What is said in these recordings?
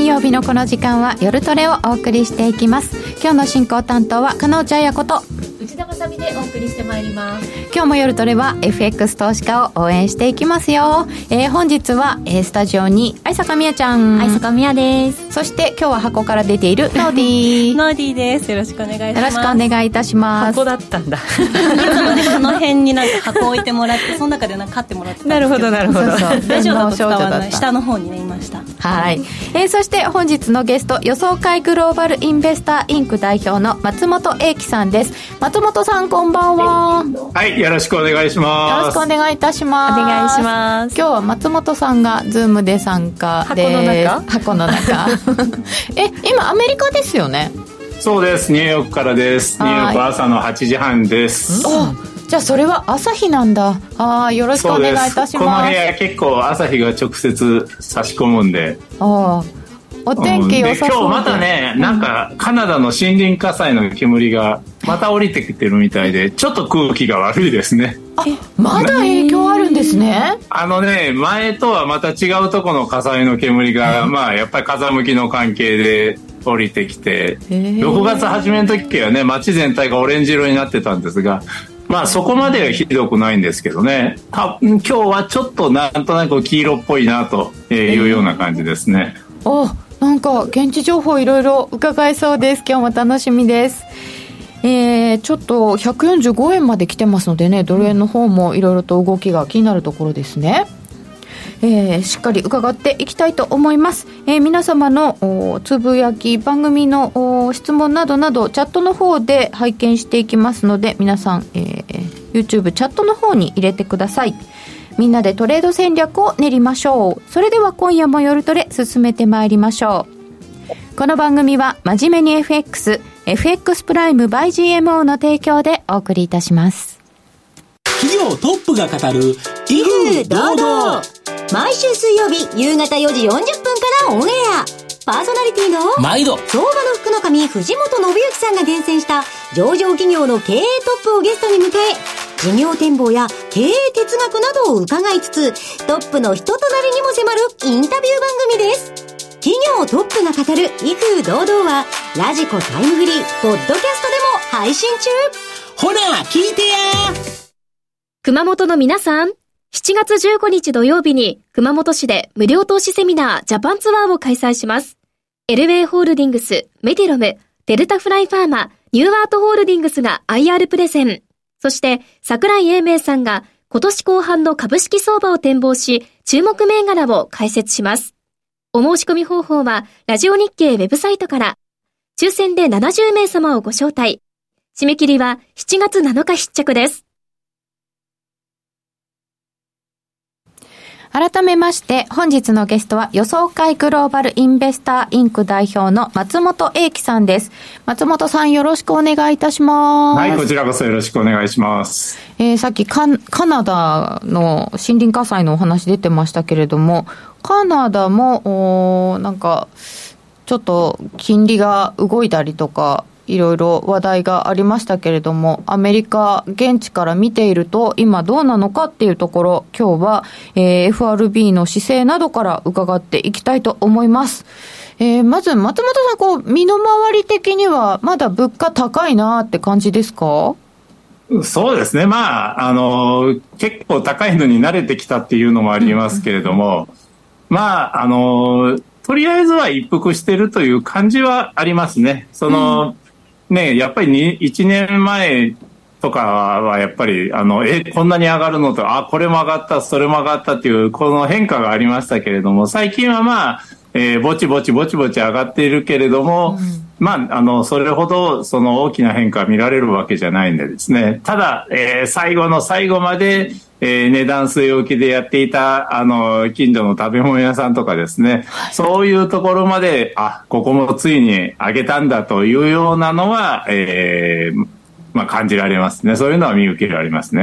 曜日のこの時間は夜トレをお送りしていきます。今日の進行担当は加納内彩子と内田まさみでお送りしてまいります。 今日も夜トレは FX 投資家を応援していきますよ。本日は、スタジオに相坂美也ちゃん、 相坂美也です。 そして今日は箱から出ているノーディーノーディーです。よろしくお願いします。 よろしくお願いいたします。 箱だったんだ。いつもねこの辺になんか箱置いてもらってその中でなんか買ってもらってたんですけど。 なるほどなるほど。 そうラジオだと伝わらない下の方にねいました。 はい。そして本日のゲスト、予想会グローバルインベスターインク代表の松本英樹さんです。松本さん、こんばんは。 はい、よろしくお願いします。 よろしくお願いいたします。 お願いします。 今日は松本さんがズームで参加で箱の中今アメリカですよね。 そうです、ニューヨークからです。ニューヨーク朝の8時半です。 じゃあそれは朝日なんだ。よろしくお願いいたします。 この部屋結構朝日が直接差し込むんで、 お天気良さそうで、 今日またね、なんかカナダの森林火災の煙がまた降りてきてるみたいで、ちょっと空気が悪いですね。 まだ影響あるんですね。 前とはまた違うとこの火災の煙が、やっぱり風向きの関係で降りてきて、6月初めの時はね、街全体がオレンジ色になってたんですが、そこまではひどくないんですけどね。今日はちょっとなんとなく黄色っぽいなというような感じですね。 なんか現地情報いろいろ伺えそうです。今日も楽しみです。ちょっと145円まで来てますのでね、ドル円の方もいろいろと動きが気になるところですね。しっかり伺っていきたいと思います。皆様のつぶやき、番組の質問などなどチャットの方で拝見していきますので、皆さん、YouTube チャットの方に入れてください。みんなでトレード戦略を練りましょう。それでは今夜も夜トレ進めてまいりましょう。この番組は真面目に FX プライム by GMO の提供でお送りいたします。 企業トップが語る威風堂々、 毎週水曜日夕方4時40分からオンエア。パーソナリティの毎度相場の福の神藤本信之さんが厳選した上場企業の経営トップをゲストに迎え、事業展望や経営哲学などを伺いつつ、トップの人となりにも迫るインタビュー番組です。企業トップが語る威風堂々はラジコタイムフリーポッドキャストでも配信中。 ほら聞いてや。 熊本の皆さん、7月15日土曜日に熊本市で無料投資セミナージャパンツアーを開催します。エルウェイホールディングス、メディロム、デルタフライファーマ、ニューアートホールディングスが IR プレゼン。そして櫻井英明さんが今年後半の株式相場を展望し、注目銘柄を解説します。お申し込み方法はラジオ日経ウェブサイトから。抽選で70名様をご招待。締め切りは7月7日必着です。 改めまして本日のゲストは予想会グローバルインベスターインク代表の松本英樹さんです。松本さん、よろしくお願いいたします。 はい、こちらこそよろしくお願いします。 さっきカナダの森林火災のお話出てましたけれども、カナダもなんかちょっと金利が動いたりとかいろいろ話題がありましたけれども、アメリカ現地から見ていると今どうなのかっていうところ、今日は、FRB の姿勢などから伺っていきたいと思います。まず松本さん、身の回り的にはまだ物価高いなって感じですか？ そうですね、結構高いのに慣れてきたっていうのもありますけれども、とりあえずは一服してるという感じはありますね。やっぱり1年前とかはやっぱりこんなに上がるのと、これも上がったそれも上がったっていうこの変化がありましたけれども、最近はぼちぼち上がっているけれども、それほどその大きな変化が見られるわけじゃないんでですね。ただ、最後の最後まで値段据え置きでやっていた近所の食べ物屋さんとかですね、そういうところまでここもついに上げたんだというようなのは、感じられますね。そういうのは見受けられますね。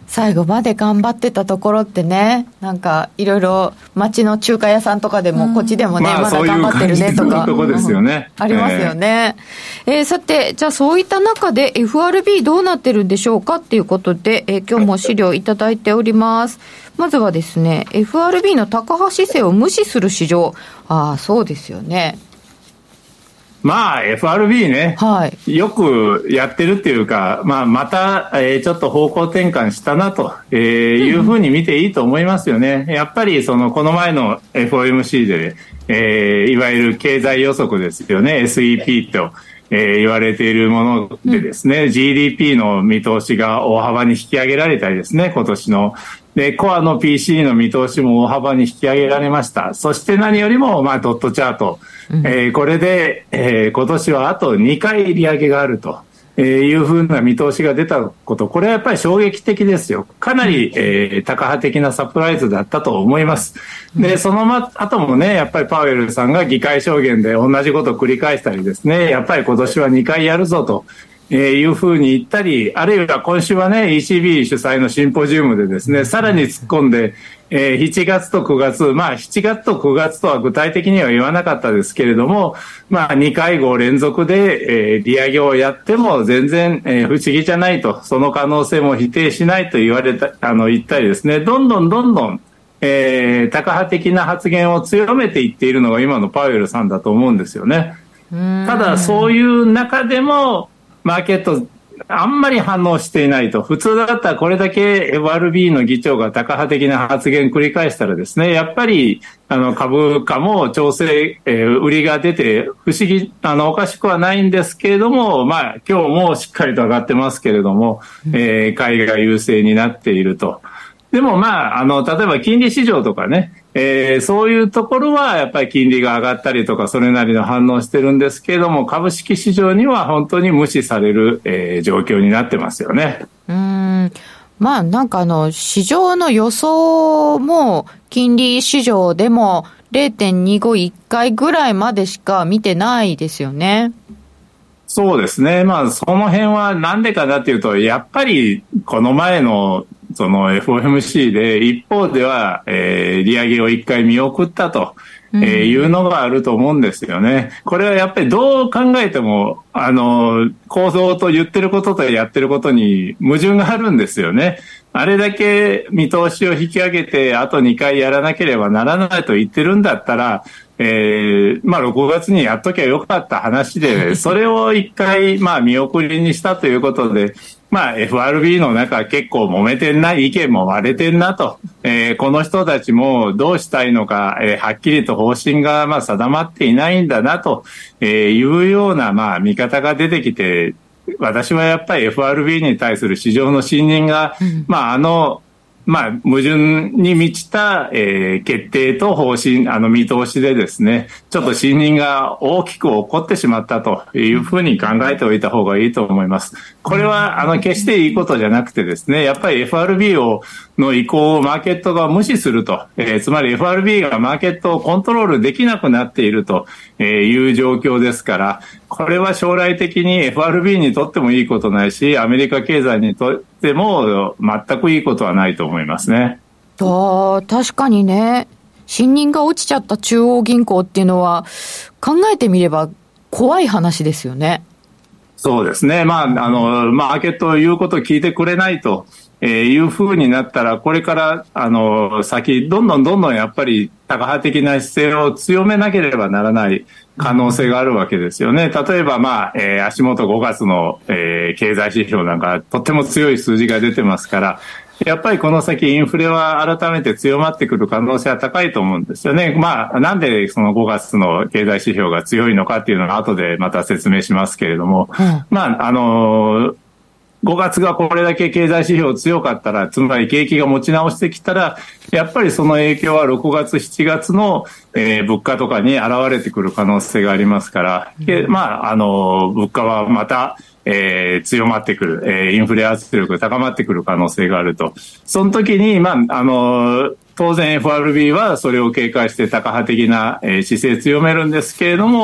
最後まで頑張ってたところってね、なんかいろいろ町の中華屋さんとかでも、こっちでもね、まだ頑張ってるねとか、 とこですよね。 ありますよね。さて、じゃあそういった中で FRB どうなってるんでしょうかっていうことで、今日も資料いただいております。まずはですね、FRB の高派姿勢を無視する市場。そうですよね。 まあ FRB ね、 はい、 よくやってるっていうか、また、ちょっと方向転換したなと、いうふうに見ていいと思いますよね。やっぱりこの前の FOMC で、いわゆる経済予測ですよね、SEP と、言われているものでですね、GDP の見通しが大幅に引き上げられたりですね、今年の。で、コアの PC の見通しも大幅に引き上げられました。そして何よりも、ドットチャート。これで、今年はあと2回利上げがあると。いうふうな見通しが出たこと、これはやっぱり衝撃的ですよ。かなり、高派的なサプライズだったと思います。で、その後もね、やっぱりパウエルさんが議会証言で同じことを繰り返したりですね、やっぱり今年は2回やるぞと。いうふうに言ったり、あるいは今週はね、ECB 主催のシンポジウムでですね、さらに突っ込んで、7月と9月、7月と9月とは具体的には言わなかったですけれども、2会合連続で、利上げをやっても全然、不思議じゃないと、その可能性も否定しないと言ったりですね、どんどん、高派的な発言を強めていっているのが今のパウエルさんだと思うんですよね。ただ、そういう中でも、マーケットあんまり反応していないと。普通だったらこれだけ FRB の議長が高派的な発言繰り返したらですね、やっぱり株価も調整、売りが出て不思議おかしくはないんですけれども、今日もしっかりと上がってますけれども、買いが優勢になっていると。でも例えば金利市場とかね、そういうところはやっぱり金利が上がったりとかそれなりの反応してるんですけれども、株式市場には本当に無視される、状況になってますよね。 なんか市場の予想も金利市場でも 0.251 回ぐらいまでしか見てないですよね。 そうですね。その辺はなんでかなっていうと、やっぱりこの前のその FOMC で一方では、利上げを一回見送ったと、いうのがあると思うんですよね。これはやっぱりどう考えても構造と言ってることとやってることに矛盾があるんですよね。あれだけ見通しを引き上げてあと2回やらなければならないと言ってるんだったら、6月にやっときゃよかった話で、それを一回見送りにしたということで、FRB の中結構揉めてんな、意見も割れてんなと、この人たちもどうしたいのか、はっきりと方針が定まっていないんだなというような見方が出てきて、私はやっぱり FRB に対する市場の信任が、矛盾に満ちた、決定と方針、見通しでですね、ちょっと信任が大きく起こってしまったというふうに考えておいた方がいいと思います。これは、決していいことじゃなくてですね、やっぱり FRB の意向をマーケットが無視すると、つまり FRB がマーケットをコントロールできなくなっているという状況ですから、これは将来的に FRB にとってもいいことないし、アメリカ経済にとっても全くいいことはないと思いますね。 確かにね、信任が落ちちゃった中央銀行っていうのは考えてみれば怖い話ですよね。 そうですね。マーケット言うことを聞いてくれないというふうになったら、これから先どんどんやっぱり高派的な姿勢を強めなければならない可能性があるわけですよね。例えば足元5月の、経済指標なんかとっても強い数字が出てますから、やっぱりこの先インフレは改めて強まってくる可能性は高いと思うんですよね。なんでその5月の経済指標が強いのかっていうのは後でまた説明しますけれども、5月がこれだけ経済指標強かったら、つまり景気が持ち直してきたら、やっぱりその影響は6月、7月の、物価とかに現れてくる可能性がありますから、物価はまた、強まってくる、インフレ圧力が高まってくる可能性があると。その時に、当然 FRB はそれを警戒して高派的な姿勢強めるんですけれども、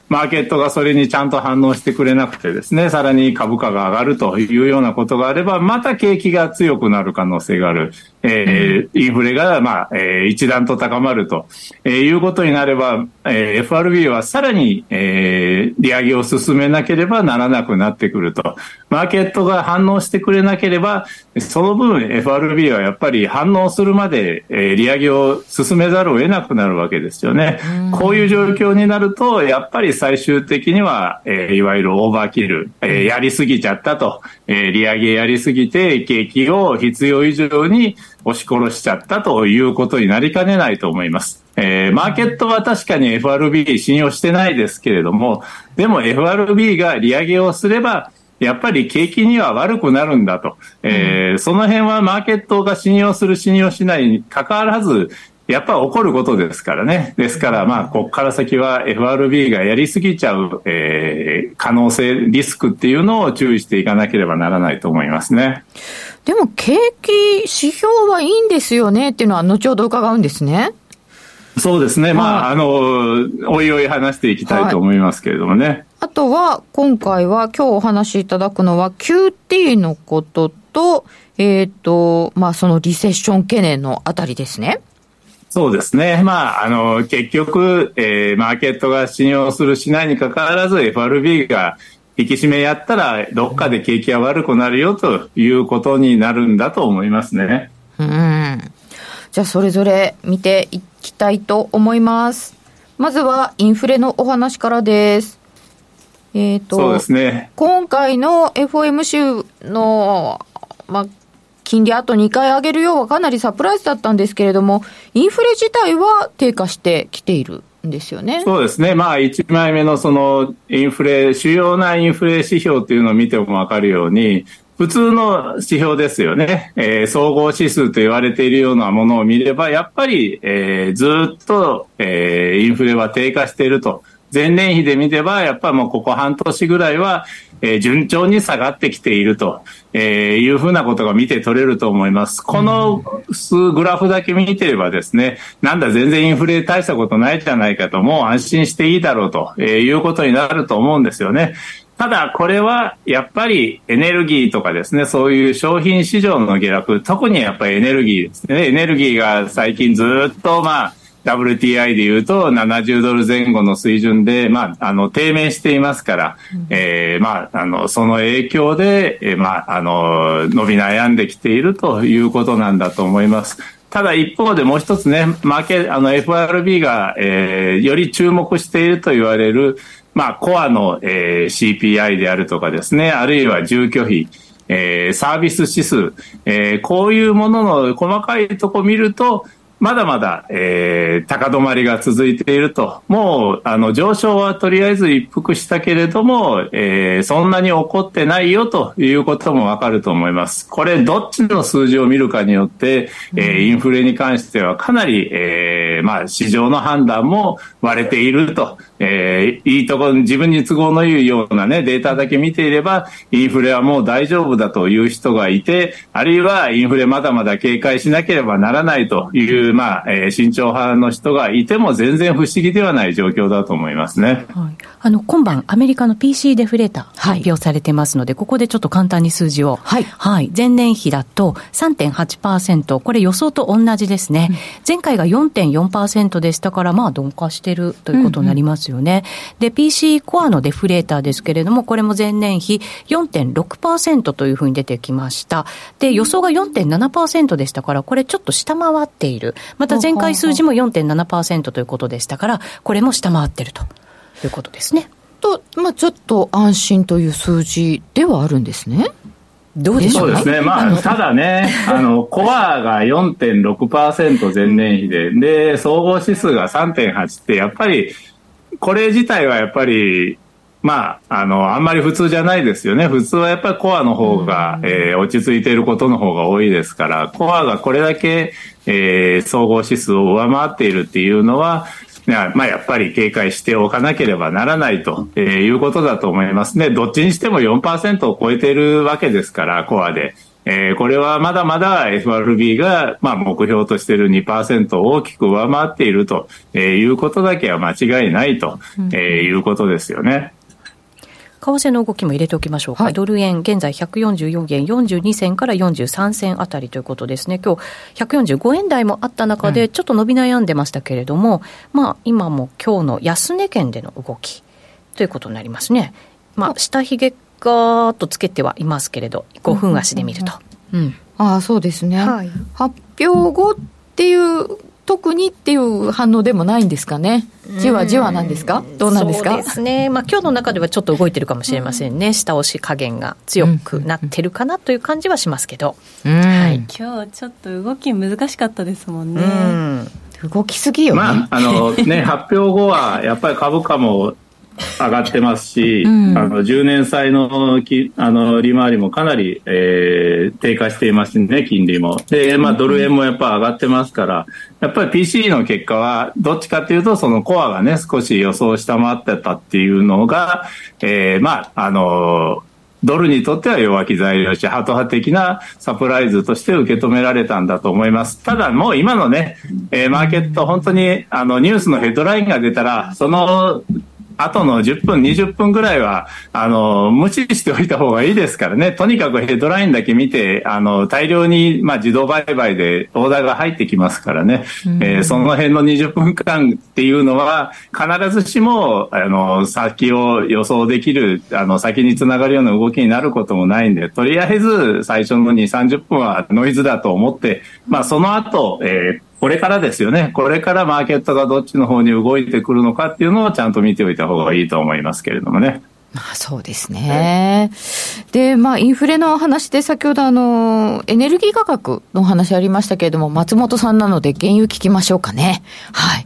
マーケットがそれにちゃんと反応してくれなくてですね、さらに株価が上がるというようなことがあれば、また景気が強くなる可能性がある。インフレが、一段と高まると、いうことになれば、FRB はさらに、利上げを進めなければならなくなってくると。マーケットが反応してくれなければ、その分 FRB はやっぱり反応するまで、利上げを進めざるを得なくなるわけですよね。こういう状況になると、やっぱり最終的には、いわゆるオーバーキル、やりすぎちゃったと、利上げやりすぎて景気を必要以上に押し殺しちゃったということになりかねないと思います。マーケットは確かに FRB 信用してないですけれども、でも FRB が利上げをすればやっぱり景気には悪くなるんだと、その辺はマーケットが信用する信用しないに関わらずやっぱり起こることですからね。ですからここから先は FRB がやりすぎちゃう、可能性、リスクっていうのを注意していかなければならないと思いますね。 でも景気指標はいいんですよねっていうのは後ほど伺うんですね。 そうですね。おいおい話していきたいと思いますけれどもね。 あとは今回は今日お話しいただくのは QT のことと、そのリセッション懸念のあたりですね。 そうですね。結局、マーケットが信用するしないにかかわらず FRB が引き締めやったらどっかで景気が悪くなるよということになるんだと思いますね。 じゃあそれぞれ見ていきたいと思います。まずはインフレのお話からです。 そうですね。 今回の FOMC の、金利あと2回上げるようはかなりサプライズだったんですけれども、インフレ自体は低下してきているんですよね。 そうですね。1枚目のそのインフレ、主要なインフレ指標っていうのを見てもわかるように、普通の指標ですよね。総合指数と言われているようなものを見れば、やっぱり、ずっと、インフレは低下していると。前年比で見れば、やっぱりもうここ半年ぐらいは、順調に下がってきていると、いうふうなことが見て取れると思います。このグラフだけ見てればですね、なんだ全然インフレ大したことないじゃないかと、もう安心していいだろうと、いうことになると思うんですよね。ただこれはやっぱりエネルギーとかですね、そういう商品市場の下落、特にやっぱりエネルギーですね。エネルギーが最近ずっとWTI でいうと70ドル前後の水準で、低迷していますから、その影響で、伸び悩んできているということなんだと思います。ただ一方でもう一つね、FRB が、より注目していると言われる、コアの、CPI であるとかですね、あるいは住居費、サービス指数、こういうものの細かいとこ見ると、まだまだ、高止まりが続いていると。もう、上昇はとりあえず一服したけれども、そんなに起こってないよということもわかると思います。これ、どっちの数字を見るかによって、インフレに関してはかなり、市場の判断も割れていると。いいところ、自分に都合のいいようなね、データだけ見ていれば、インフレはもう大丈夫だという人がいて、あるいはインフレまだまだ警戒しなければならないという、慎重派の人がいても全然不思議ではない状況だと思いますね。 今晩アメリカの PC デフレータ発表されてますので、ここでちょっと簡単に数字を、前年比だと 3.8%、 これ予想と同じですね。前回が 4.4% でしたから、鈍化してるということになりますよね。で PC コアのデフレーターですけれども、これも前年比 4.6% というふうに出てきました。で予想が 4.7% でしたから、これちょっと下回っている。また前回数字も 4.7% ということでしたから、これも下回っているということですね。 と、ちょっと安心という数字ではあるんですね。 どうでしょうか。 そうですね。ただね、コアが 4.6% 前年比で、総合指数が 3.8 って、やっぱり、これ自体はやっぱり、あんまり普通じゃないですよね。普通はやっぱりコアの方が、落ち着いていることの方が多いですから、コアがこれだけ、総合指数を上回っているっていうのは、やっぱり警戒しておかなければならないということだと思いますね。どっちにしても 4% を超えているわけですから、コアで。 これはまだまだ FRB が、目標としている 2% を大きく上回っているということだけは間違いないということですよね。 為替の動きも入れておきましょうか、はい、ドル円現在144円42銭から43銭あたりということですね。今日145円台もあった中でちょっと伸び悩んでましたけれども、今も今日の安値圏での動きということになりますね。下髭ガーッとつけてはいますけれど5分足で見ると、 そうですね、はい、発表後っていう特にっていう反応でもないんですかね。じわじわなんですか、どうなんですか。 そうですね、今日の中ではちょっと動いてるかもしれませんね。下押し加減が強くなってるかなという感じはしますけど、 はい、今日ちょっと動き難しかったですもんね。 動きすぎよね。 発表後はやっぱり株価も上がってますし、10年債の利回りもかなり、低下していますね、金利も。で、ドル円もやっぱ上がってますから、やっぱり PC の結果はどっちかというと、そのコアがね、少し予想を下回ってたっていうのが、ドルにとっては弱気材料し、ハト派的なサプライズとして受け止められたんだと思います。ただもう今のね、マーケット本当にニュースのヘッドラインが出たら、そのあとの10分20分ぐらいは無視しておいた方がいいですからね。とにかくヘッドラインだけ見て大量に自動売買でオーダーが入ってきますからね、その辺の20分間っていうのは必ずしも先を予想できる先につながるような動きになることもないんで、とりあえず最初の 2,30 分はノイズだと思って、その後これからですよね。これからマーケットがどっちの方に動いてくるのかっていうのをちゃんと見ておいた方がいいと思いますけれどもね。 そうですね。で、インフレの話で先ほどエネルギー価格の話ありましたけれども、松本さんなので原油聞きましょうかね。はい。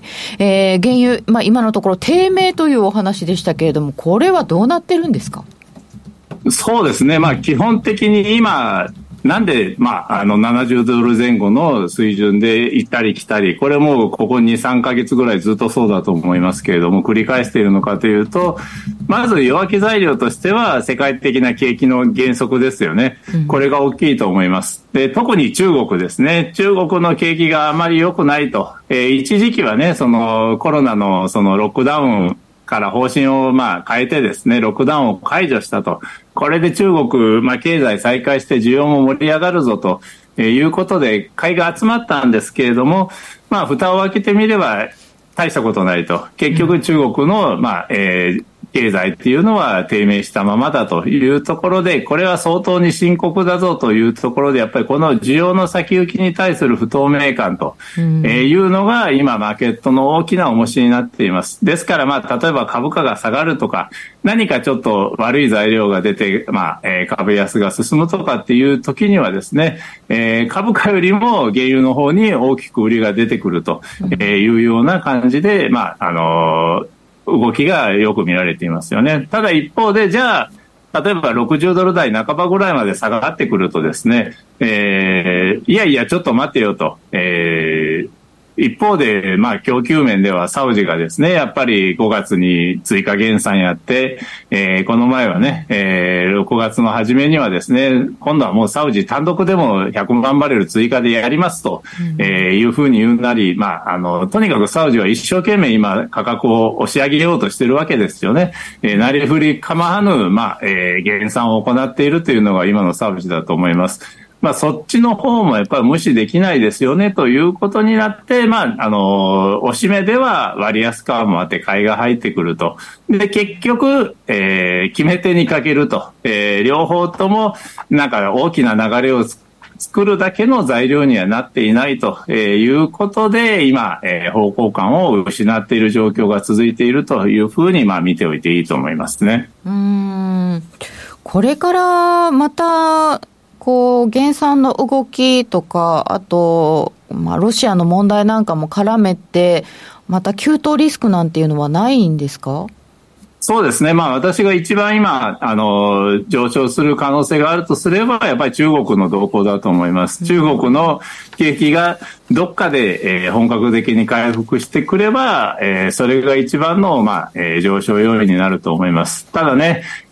原油、今のところ低迷というお話でしたけれども、これはどうなってるんですか？ そうですね。基本的に今、なんで、70ドル前後の水準で行ったり来たり、これもここ2、3ヶ月ぐらいずっとそうだと思いますけれども、繰り返しているのかというと、まず弱気材料としては世界的な景気の減速ですよね。これが大きいと思います。で、特に中国ですね。中国の景気があまり良くないと。一時期はね、そのコロナのそのロックダウンから方針を変えてですね、ロックダウンを解除したと。これで中国、経済再開して需要も盛り上がるぞということで買いが集まったんですけれども、蓋を開けてみれば大したことないと。結局中国の経済っていうのは低迷したままだというところで、これは相当に深刻だぞというところで、やっぱりこの需要の先行きに対する不透明感というのが今マーケットの大きな重しになっています。ですから例えば株価が下がるとか、何かちょっと悪い材料が出て、株安が進むとかっていう時にはですね、株価よりも原油の方に大きく売りが出てくるというような感じで、動きがよく見られていますよね。ただ一方で、じゃあ例えば60ドル台半ばぐらいまで下がってくるとですね、いやちょっと待てよと、一方で、供給面ではサウジがですね、やっぱり5月に追加減産やって、この前はね、6月の初めにはですね、今度はもうサウジ単独でも100万バレル追加でやりますと、いうふうに言うなり、とにかくサウジは一生懸命今価格を押し上げようとしてるわけですよね。なりふり構わぬ、減産を行っているというのが今のサウジだと思います。そっちの方もやっぱり無視できないですよねということになって、おしめでは割安感もあって買いが入ってくると。で、結局、決め手にかけると。両方とも大きな流れを作るだけの材料にはなっていないということで、今、方向感を失っている状況が続いているというふうに見ておいていいと思いますね。 これからまた減産の動きとか、あと、ロシアの問題なんかも絡めて、また急騰リスクなんていうのはないんですか？ そうですね。私が一番今、上昇する可能性があるとすれば、やっぱり中国の動向だと思います。中国の景気がどっかで、本格的に回復してくれば、それが一番の、上昇要因になると思います。ただね、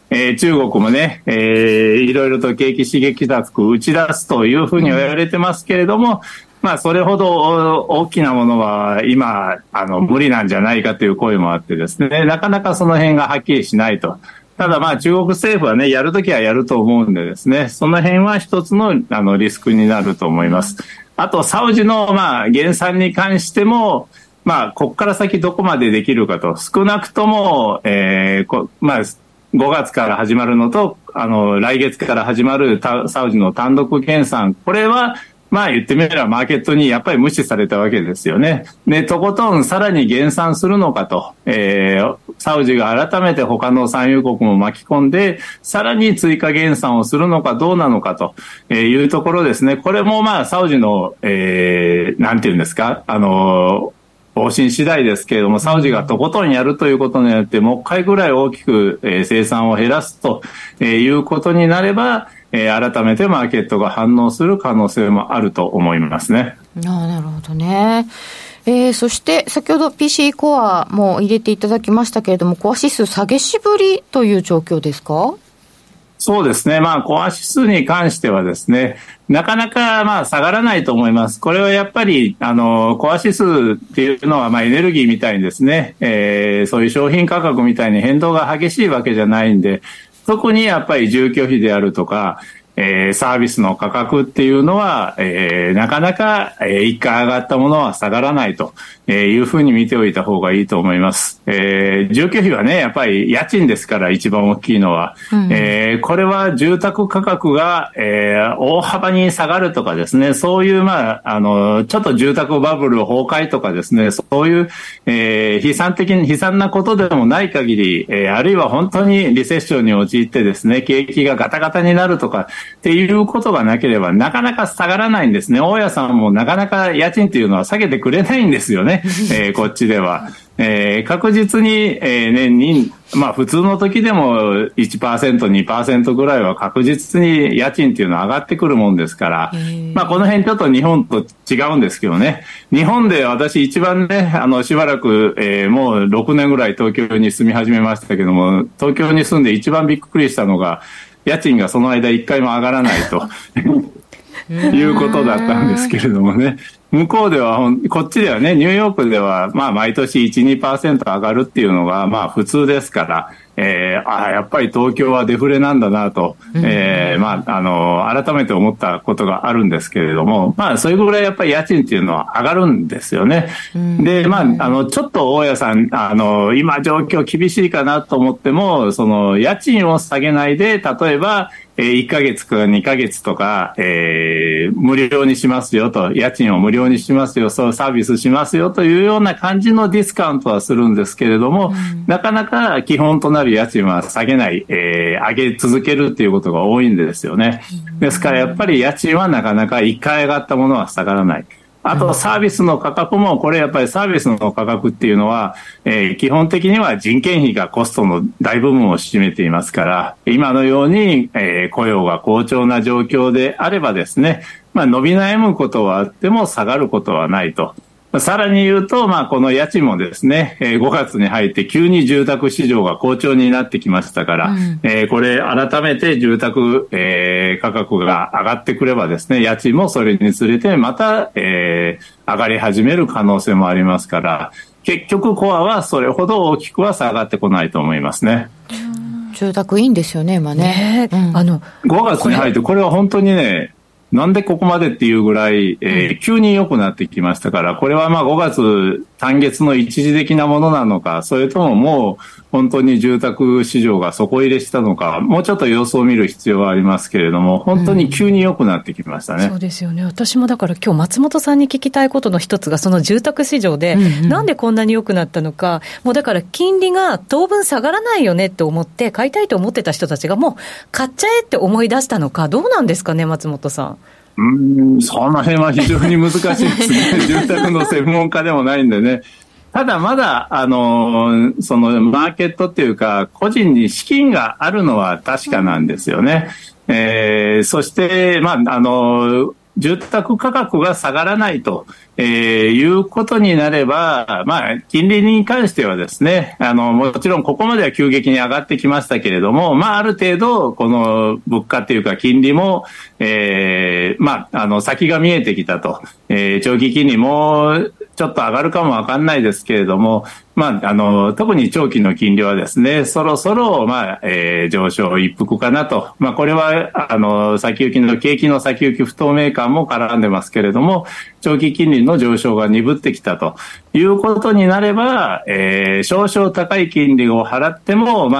中国もね、いろいろと景気刺激策を打ち出すというふうには言われてますけれども、まあ、それほど大きなものは今、無理なんじゃないかという声もあってですね、なかなかその辺がはっきりしないと。ただまあ中国政府はね、やるときはやると思うんでですね、その辺は一つのリスクになると思います。あと、サウジのまあ減産に関しても、まあ、ここから先どこまでできるかと、少なくとも、まあ、5月から始まるのと、来月から始まるサウジの単独減産、これは、まあ言ってみればマーケットにやっぱり無視されたわけですよね。で、とことんさらに減産するのかと、サウジが改めて他の産油国も巻き込んで、さらに追加減産をするのかどうなのかというところですね。これもまあサウジの、なんていうんですか、方針次第ですけれども、サウジがとことんやるということによって、もう一回ぐらい大きく、生産を減らすということになれば、改めてマーケットが反応する可能性もあると思いますね。 なるほどね。そして先ほど PC コアも入れていただきましたけれども、コア指数下げしぶりという状況ですか？ そうですね。まあ、コア指数に関してはですね、なかなかまあ下がらないと思います。これはやっぱり、コア指数っていうのはまあエネルギーみたいにですね、そういう商品価格みたいに変動が激しいわけじゃないんで、特にやっぱり住居費であるとか、サービスの価格っていうのは、なかなか、一回上がったものは下がらないというふうに見ておいた方がいいと思います。住居費はね、やっぱり家賃ですから一番大きいのは。これは住宅価格が、大幅に下がるとかですね、そういうまあ、ちょっと住宅バブル崩壊とかですね、そういう、悲惨なことでもない限り、あるいは本当にリセッションに陥ってですね、景気がガタガタになるとか、っていうことがなければなかなか下がらないんですね。大家さんもなかなか家賃っていうのは下げてくれないんですよね。こっちでは。確実に、年に、まあ普通の時でも 1%、2% ぐらいは確実に家賃っていうのは上がってくるもんですから、まあこの辺ちょっと日本と違うんですけどね。日本で私一番ね、しばらく、もう6年ぐらい東京に住み始めましたけども、東京に住んで一番びっくりしたのが、家賃がその間一回も上がらないということだったんですけれどもね。向こうでは、こっちではね、ニューヨークでは、まあ、毎年 1、2% 上がるっていうのが、まあ、普通ですから、やっぱり東京はデフレなんだなと、まあ、改めて思ったことがあるんですけれども、まあ、それぐらいやっぱり家賃っていうのは上がるんですよね。で、まあ、ちょっと大家さん、今状況厳しいかなと思っても、その、家賃を下げないで、例えば、1ヶ月か2ヶ月とか、無料にしますよと、家賃を無料にしますよ、そうサービスしますよというような感じのディスカウントはするんですけれども、なかなか基本となる家賃は下げない、上げ続けるっていうことが多いんですよね。ですからやっぱり家賃はなかなか1回上がったものは下がらない。あとサービスの価格も、これやっぱりサービスの価格っていうのは、基本的には人件費がコストの大部分を占めていますから、今のように、雇用が好調な状況であればですね、まあ伸び悩むことはあっても下がることはないと。さらに言うと、まあ、この家賃もですね、5月に入って急に住宅市場が好調になってきましたから、これ改めて住宅、価格が上がってくればですね、家賃もそれにつれてまた、上がり始める可能性もありますから、結局コアはそれほど大きくは下がってこないと思いますね。 住宅いいんですよね、今ね。 5月に入って、これは本当にね、なんでここまでっていうぐらい、急に良くなってきましたから、これはまあ5月単月の一時的なものなのか、それとももう本当に住宅市場が底入れしたのか、もうちょっと様子を見る必要はありますけれども、本当に急に良くなってきましたね。 そうですよね。私もだから今日松本さんに聞きたいことの一つが、その住宅市場で、なんでこんなに良くなったのか、もうだから金利が当分下がらないよねって思って、買いたいと思ってた人たちがもう買っちゃえって思い出したのか、どうなんですかね、松本さん。 その辺は非常に難しいですね。住宅の専門家でもないんでね。ただまだ、そのマーケットっていうか、個人に資金があるのは確かなんですよね。そして、まあ、 住宅価格が下がらないと、いうことになれば、金利に関してはですね、もちろんここまでは急激に上がってきましたけれども、ある程度、この物価というか金利も、先が見えてきたと。長期金利もちょっと上がるかもわかんないですけれども、特に長期の金利はですね、そろそろ、上昇一服かなと。これは、先行きの景気の先行き不透明感も絡んでますけれども、長期金利の上昇が鈍ってきたということになれば、少々高い金利を払っても、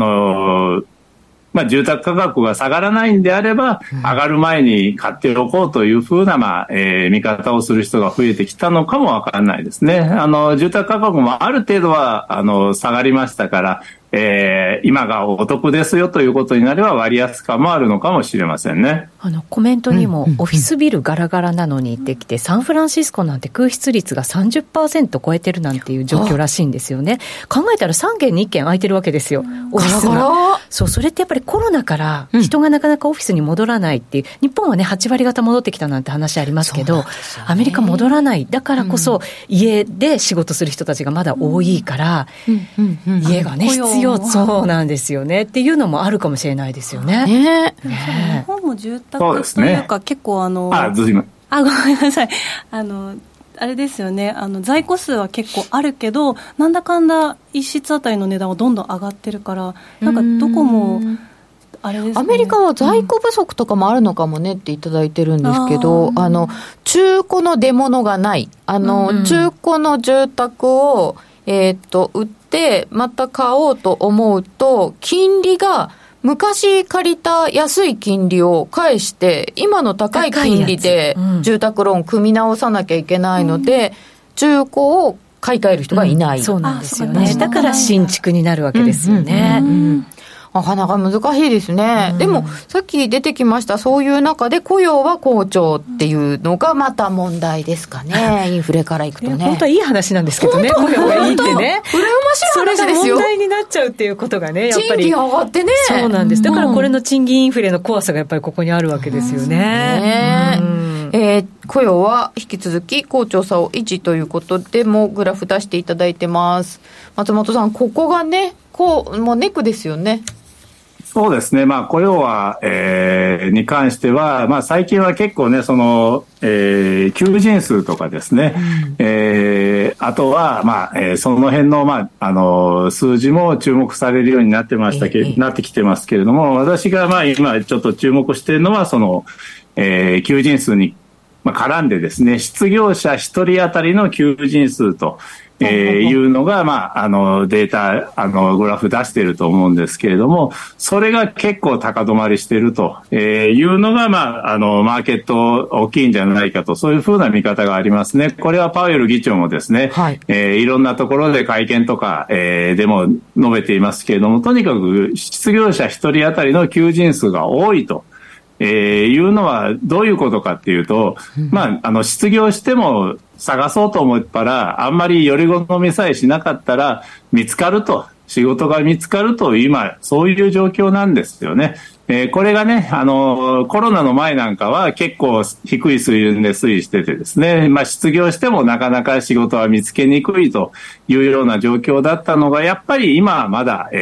住宅価格が下がらないんであれば、上がる前に買っておこうというふうな、見方をする人が増えてきたのかもわからないですね。住宅価格もある程度は、下がりましたから、今がお得ですよということになれば割安感もあるのかもしれませんね。 コメントにも、オフィスビルガラガラなのにってきて、サンフランシスコなんて空室率が 30% 超えてるなんていう状況らしいんですよね。考えたら3軒に1軒空いてるわけですよ、オフィスが。そう、それってやっぱりコロナから人がなかなかオフィスに戻らないっていう、日本はね8割方戻ってきたなんて話ありますけど、アメリカ戻らない。だからこそ、家で仕事する人たちがまだ多いから、家がね必要。そうなんですよねっていうのもあるかもしれないですよね。 日本も住宅というか、結構ごめんなさい、あれですよね、在庫数は結構あるけど、なんだかんだ一室あたりの値段はどんどん上がってるから、なんかどこもあれですね、 アメリカは在庫不足とかもあるのかもねっていただいてるんですけど、中古の出物がない、中古の住宅を売ってまた買おうと思うと、金利が昔借りた安い金利を返して今の高い金利で住宅ローン組み直さなきゃいけないので、中古を買い替える人がいない。 そうなんですよね。だから新築になるわけですよね。 なかなか難しいですね。でもさっき出てきましたそういう中で雇用は好調っていうのがまた問題ですかね。インフレからいくとね。 本当はいい話なんですけどね。雇用がいいってね。 羨ましい話ですよ。 それが問題になっちゃうっていうことがね、やっぱり。 賃金上がってね。 そうなんです。だからこれの賃金インフレの怖さがやっぱりここにあるわけですよね。 雇用は引き続き好調さを維持ということでもグラフ出していただいてます。松本さん、ここがね、もうネックですよね。 そうですね。雇用は、に関しては、最近は結構ね、求人数とかですね、あとは、その辺の、数字も注目されるようになってなってきてますけれども、私が今ちょっと注目しているのは、求人数に絡んでですね、失業者1人当たりの求人数と、いうのが、データ、グラフ出していると思うんですけれども、それが結構高止まりしていると、いうのが、マーケット大きいんじゃないかと、そういうふうな見方がありますね。これはパウエル議長もですね、いろんなところで会見とか、でも述べていますけれども、とにかく失業者1人当たりの求人数が多いと。いうのはどういうことかっていうと、失業しても探そうと思ったら、あんまりより好みさえしなかったら見つかると、仕事が見つかると、今そういう状況なんですよね。これがね、コロナの前なんかは結構低い水準で推移しててですね、失業してもなかなか仕事は見つけにくいというような状況だったのが、やっぱり今はまだ、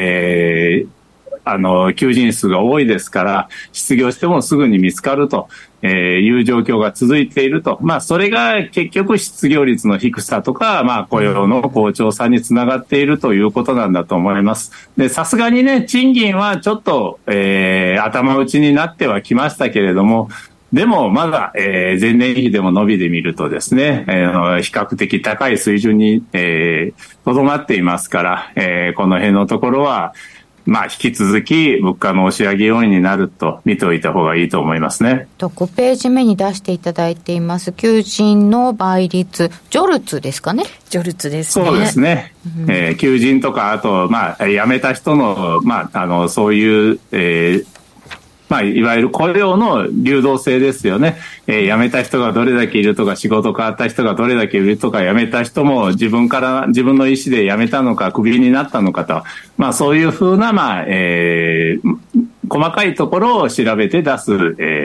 求人数が多いですから、失業してもすぐに見つかるという状況が続いていると。それが結局失業率の低さとか、雇用の好調さにつながっているということなんだと思います。で、さすがにね、賃金はちょっと、頭打ちになってはきましたけれども、でもまだ、前年比でも伸びで見るとですね、比較的高い水準にとどまっていますから、この辺のところは、引き続き物価の押し上げ要因になると見ておいた方がいいと思いますね。 5ページ目に出していただいています求人の倍率、ジョルツですかね。 ジョルツですね。 そうですね。求人とか、あと辞めた人のそういういわゆる雇用の流動性ですよね。辞めた人がどれだけいるとか、仕事変わった人がどれだけいるとか、辞めた人も自分の意思で辞めたのか、クビになったのかと、そういうふうな、細かいところを調べて出す、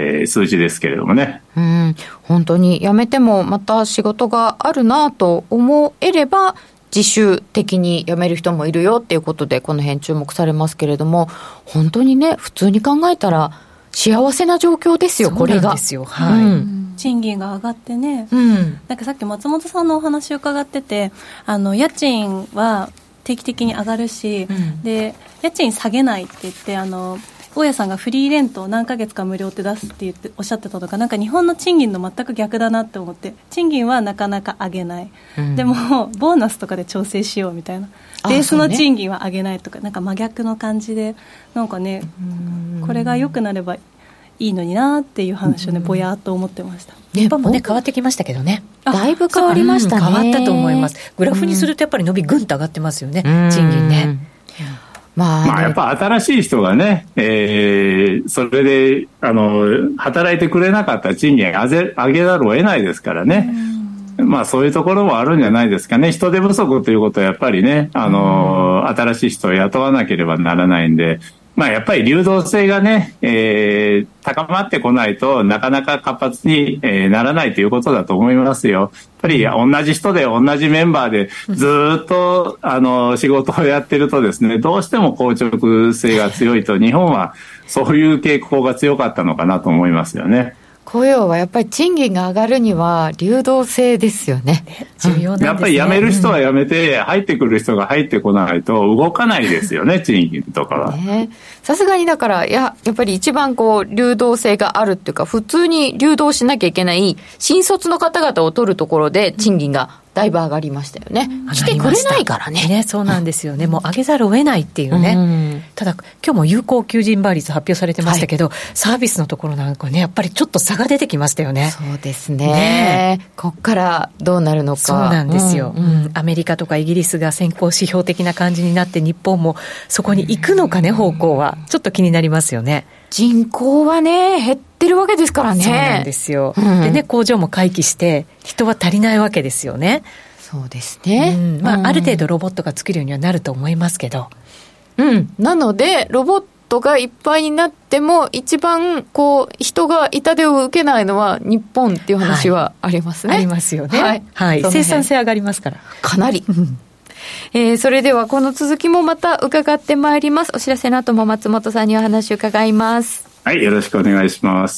数字ですけれどもね。 本当に辞めてもまた仕事があるなと思えれば自主的に辞める人もいるよっていうことでこの辺注目されますけれども、本当にね普通に考えたら幸せな状況ですよ。これがそうなんですよ、 賃金が上がってね、なんかさっき松本さんのお話を伺ってて、家賃は定期的に上がるし、で家賃下げないって言って大家さんがフリーレントを何ヶ月か無料って出すって言っておっしゃってたとか、なんか日本の賃金の全く逆だなって思って、賃金はなかなか上げない、でもボーナスとかで調整しようみたいな、ベースの賃金は上げないとか、なんか真逆の感じで、なんかねこれが良くなればいいのになっていう話をねぼやっと思ってました。 日本もね変わってきましたけどね、 だいぶ変わりましたね。 変わったと思います。グラフにするとやっぱり伸びぐんと上がってますよね、賃金ね。 やっぱ新しい人がね、それで働いてくれなかったら賃金上げざるを得ないですからね。そういうところもあるんじゃないですかね。人手不足ということはやっぱりね、新しい人を雇わなければならないんで、やっぱり流動性がね、高まってこないとなかなか活発に、ならないということだと思いますよ。やっぱり同じ人で同じメンバーでずっと仕事をやってるとですね、どうしても硬直性が強いと、日本はそういう傾向が強かったのかなと思いますよね。 雇用はやっぱり賃金が上がるには流動性ですよね。 重要なんですね。 やっぱり辞める人は辞めて、入ってくる人が入ってこないと動かないですよね、賃金とかは。 さすがにだからやっぱり一番流動性があるっていうか、普通に流動しなきゃいけない新卒の方々を取るところで賃金がだいぶ上がりましたよね。来てくれないからね。 そうなんですよね。もう上げざるを得ないっていうね。ただ今日も有効求人倍率発表されてましたけど、サービスのところなんかね、やっぱりちょっと差が出てきましたよね。 そうですね。こっからどうなるのか。 そうなんですよ。アメリカとかイギリスが先行指標的な感じになって、日本もそこに行くのかね、方向はちょっと気になりますよね。 人口はね減ってるわけですからね。 そうなんですよ、でね、工場も回帰して人は足りないわけですよね。 そうですね、 ある程度ロボットが作るようにはなると思いますけど、 なのでロボットがいっぱいになっても一番人が痛手を受けないのは日本っていう話はありますね。 ありますよね、生産性上がりますからかなりそれではこの続きもまた伺ってまいります。お知らせの後も松本さんにお話を伺います。 はい、よろしくお願いします。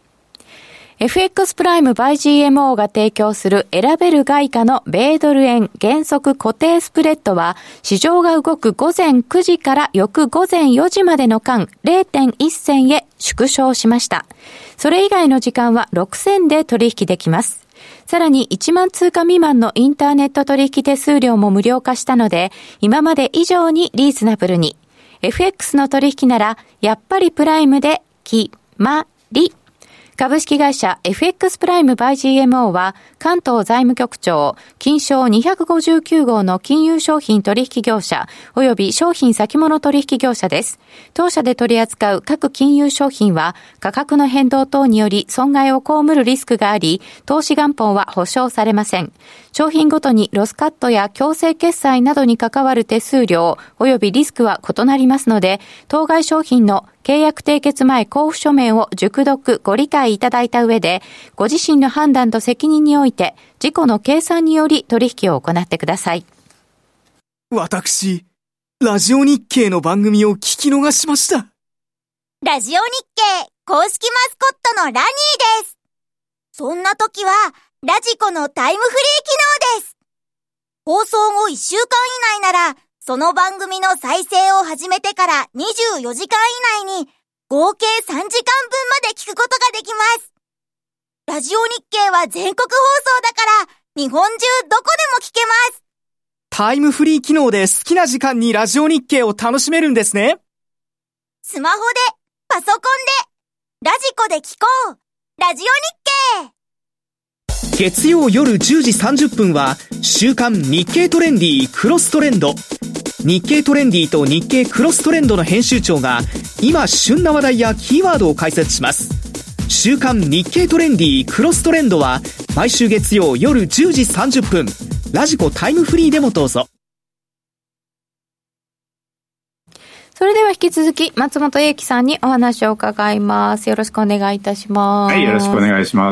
FX プライム by GMO が提供する選べる外貨の米ドル円原則固定スプレッドは、市場が動く午前9時から翌午前4時までの間 0.1 銭へ縮小しました。それ以外の時間は6銭で取引できます。さらに1万通貨未満のインターネット取引手数料も無料化したので、今まで以上にリーズナブルに。FX の取引ならやっぱりプライムで決まり。株式会社 FX プライム by GMO は関東財務局長金商259号の金融商品取引業者及び商品先物取引業者です。当社で取り扱う各金融商品は価格の変動等により損害を被るリスクがあり、投資元本は保証されません。商品ごとにロスカットや強制決済などに関わる手数料及びリスクは異なりますので、当該商品の契約締結前交付書面を熟読ご理解いただいた上で、ご自身の判断と責任において自己の計算により取引を行ってください。 私、ラジオ日経の番組を聞き逃しました。 ラジオ日経公式マスコットのラニーです。そんな時はラジコのタイムフリー機能です。放送後1週間以内なら、その番組の再生を始めてから24時間以内に合計3時間分まで聞くことができます。ラジオ日経は全国放送だから日本中どこでも聞けます。 タイムフリー機能で好きな時間にラジオ日経を楽しめるんですね。 スマホで、パソコンで、ラジコで聞こう。ラジオ日経。 月曜夜10時30分は週刊日経トレンディクロストレンド。日経トレンディと日経クロストレンドの編集長が今旬な話題やキーワードを解説します。週刊日経トレンディクロストレンドは毎週月曜夜10時30分、ラジコタイムフリーでもどうぞ。 それでは引き続き松本英樹さんにお話を伺います。よろしくお願いいたします。 はい、よろしくお願いします。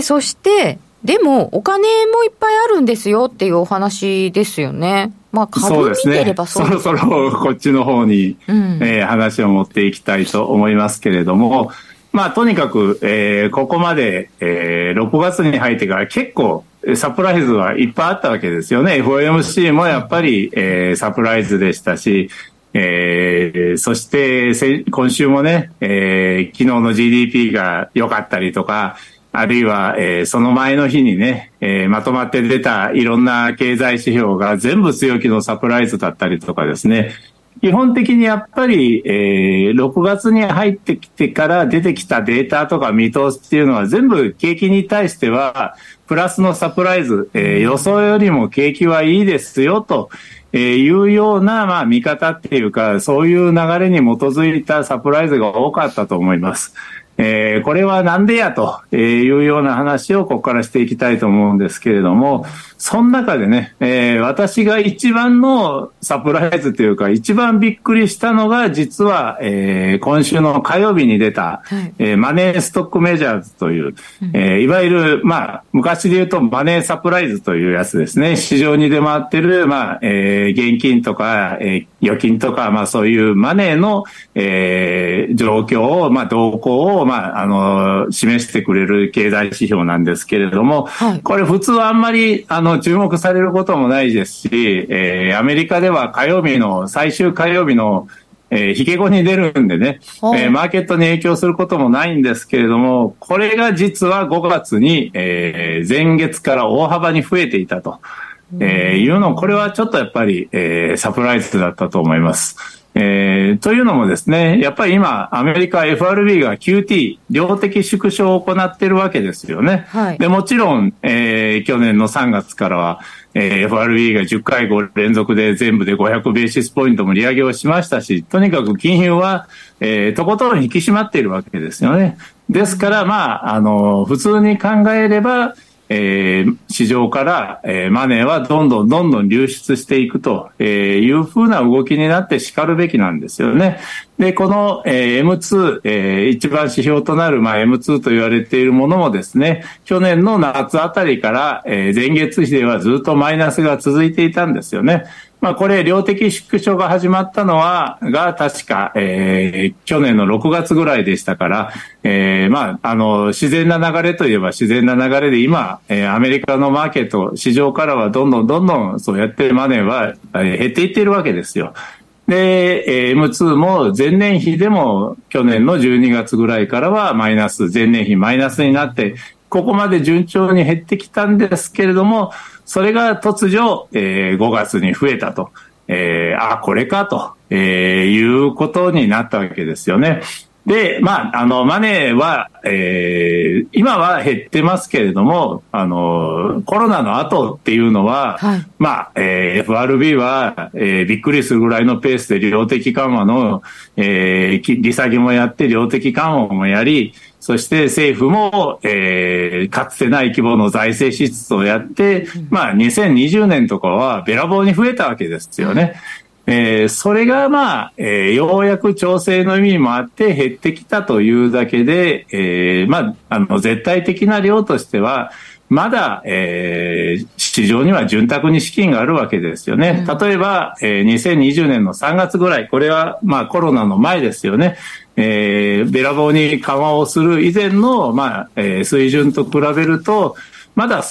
そしてでもお金もいっぱいあるんですよっていうお話ですよね。まあ株見てればそうですね。 そろそろこっちの方に、話を持っていきたいと思いますけれども、まあとにかく、ここまで、6月に入ってから結構サプライズはいっぱいあったわけですよね。FOMC もやっぱり、サプライズでしたし、そして今週もね、昨日の GDP が良かったりとか、あるいは、その前の日にね、まとまって出たいろんな経済指標が全部強気のサプライズだったりとかですね、基本的にやっぱり、6月に入ってきてから出てきたデータとか見通しっていうのは全部景気に対してはプラスのサプライズ、予想よりも景気はいいですよというような、まあ見方っていうか、そういう流れに基づいたサプライズが多かったと思います。これはなんでやというような話をここからしていきたいと思うんですけれども、その中でね、私が一番のサプライズというか一番びっくりしたのが実は、今週の火曜日に出た、マネーストックメジャーズという、いわゆるまあ昔で言うとマネーサプライズというやつですね。市場に出回ってるまあ、現金とか、預金とかまあそういうマネーの、状況をまあ動向をまあ示してくれる経済指標なんですけれども、これ普通はあんまり注目されることもないですし、アメリカでは最終火曜日の引け後に出るんでね、マーケットに影響することもないんですけれども、これが実は5月に、前月から大幅に増えていたと、いうの、これはちょっとやっぱり、サプライズだったと思います。というのもですね、やっぱり今アメリカ FRB が QT 量的縮小を行っているわけですよね。でもちろん、去年の3月からは、FRB が10回連続で全部で500ベーシスポイントも利上げをしましたし、とにかく金融は、とことん引き締まっているわけですよね。ですからまあ普通に考えれば市場から、マネーはどんどん流出していくという風な動きになってしかるべきなんですよね。で、この、M2、一番指標となる、まあ、M2 と言われているものもですね、去年の夏あたりから、前月比ではずっとマイナスが続いていたんですよね。まあこれ量的縮小が始まったのが確か、去年の6月ぐらいでしたから、まあ自然な流れといえば自然な流れで今、アメリカのマーケット市場からはどんどんそうやってマネーは減っていっているわけですよ。で、M2 も前年比でも去年の12月ぐらいからは前年比マイナスになってここまで順調に減ってきたんですけれども、それが突如、5月に増えたと、これかと、いうことになったわけですよね。で、まあ、マネーは、今は減ってますけれども、コロナの後っていうのは、まあ、FRB は、びっくりするぐらいのペースで量的緩和の、利下げもやって量的緩和もやり、そして政府も、かつてない規模の財政支出をやって、まあ、2020年とかはべらぼうに増えたわけですよね。それがまあ、ようやく調整の意味もあって減ってきたというだけで、まあ、絶対的な量としては、まだ、市場には潤沢に資金があるわけですよね。例えば、2020年の3月ぐらい、これはまあコロナの前ですよね。べらぼうに緩和をする以前の、まあ水準と比べると、まだ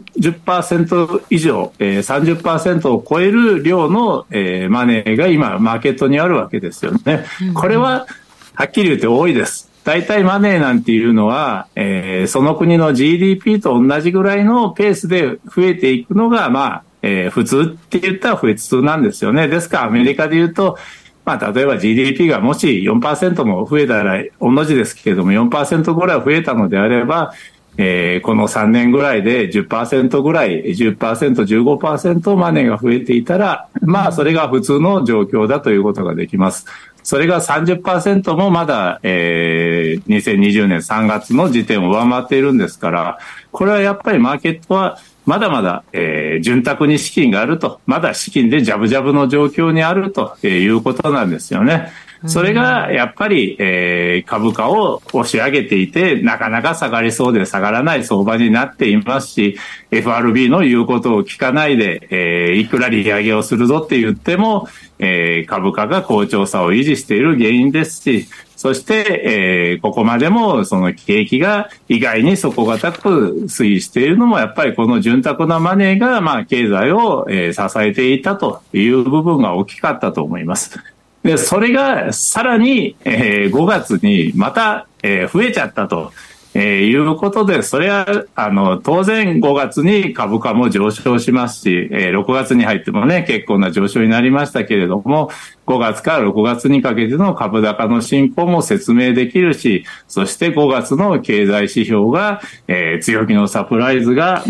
30% 以上、30% を超える量の、マネーが今マーケットにあるわけですよね。これははっきり言って多いです。大体マネーなんていうのは、その国の GDP と同じぐらいのペースで増えていくのが、まあ、普通って言ったら普通なんですよね。ですからアメリカで言うと、まあ、例えば GDP がもし 4% も増えたら、同じですけれども 4% ぐらい増えたのであれば、この3年ぐらいで 10% ぐらい、10%、15% マネーが増えていたら、まあ、それが普通の状況だということができます。それが 30% もまだ、2020年3月の時点を上回っているんですから、これはやっぱりマーケットはまだまだ、潤沢に資金があると、まだ資金でジャブジャブの状況にあるということなんですよね。 それがやっぱり、株価を押し上げていて、なかなか下がりそうで下がらない相場になっていますし、FRB の言うことを聞かないで、いくら利上げをするぞって言っても、株価が好調さを維持している原因ですし、そして、ここまでもその景気が意外に底堅く推移しているのもやっぱりこの潤沢なマネーが経済を、支えていたという部分が大きかったと思います。で、それがさらに、5月にまた、増えちゃったと。いうことで、それは、当然5月に株価も上昇しますし、6月に入ってもね、結構な上昇になりましたけれども、5月から6月にかけての株高の進行も説明できるし、そして5月の経済指標が、強気のサプライズが、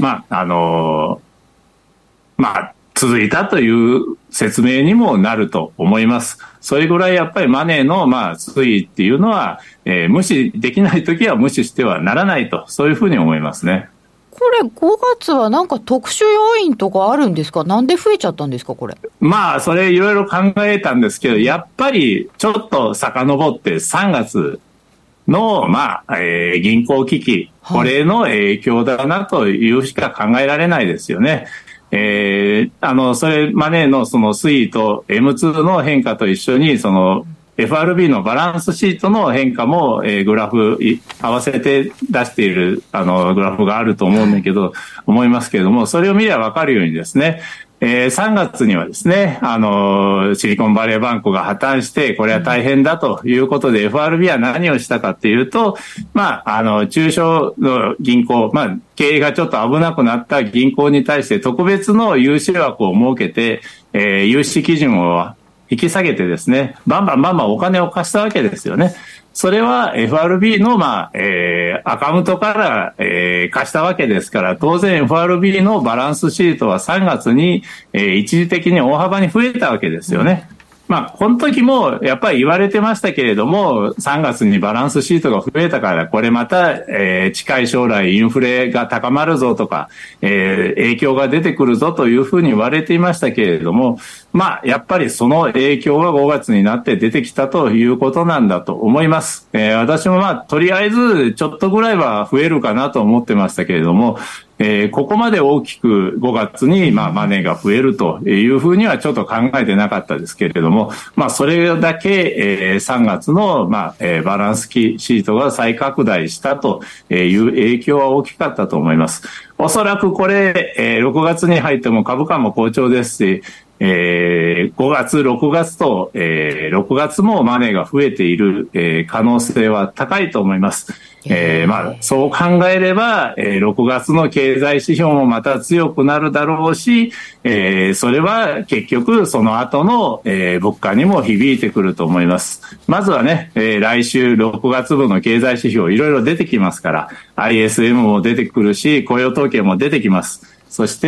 続いたという説明にもなると思います。それぐらいやっぱりマネーの推移っていうのは、無視できないときは無視してはならないと、そういうふうに思いますね。 これ5月はなんか特殊要因とかあるんですか？なんで増えちゃったんですか、これ。 それいろいろ考えたんですけど、やっぱりちょっと遡って3月の、銀行危機、これの影響だなというしか考えられないですよね。それマネーのその推移と M2 の変化と一緒に、その FRB のバランスシートの変化も、グラフ合わせて出しているグラフがあると思うんだけど、思いますけれども、それを見ればわかるようにですね、3月にはですね、シリコンバレーバンクが破綻して、これは大変だということで、FRB は何をしたかっていうと、中小の銀行、経営がちょっと危なくなった銀行に対して特別の融資枠を設けて、融資基準を引き下げてですね、バンバンお金を貸したわけですよね。それは FRB の、アカウントから、貸したわけですから、当然 FRB のバランスシートは3月に、一時的に大幅に増えたわけですよね。この時もやっぱり言われてましたけれども、3月にバランスシートが増えたから、これまた、近い将来インフレが高まるぞとか、影響が出てくるぞというふうに言われていましたけれども、やっぱりその影響が5月になって出てきたということなんだと思います。私もとりあえずちょっとぐらいは増えるかなと思ってましたけれども、ここまで大きく5月にマネーが増えるというふうにはちょっと考えてなかったですけれども、それだけ3月のバランスシートが再拡大したという影響は大きかったと思います。おそらくこれ6月に入っても株価も好調ですし、5月、6月と、6月もマネーが増えている、可能性は高いと思います。そう考えれば、6月の経済指標もまた強くなるだろうし、それは結局その後の、物価にも響いてくると思います。まずはね、来週6月分の経済指標いろいろ出てきますから、ISM も出てくるし、雇用統計も出てきます。そして、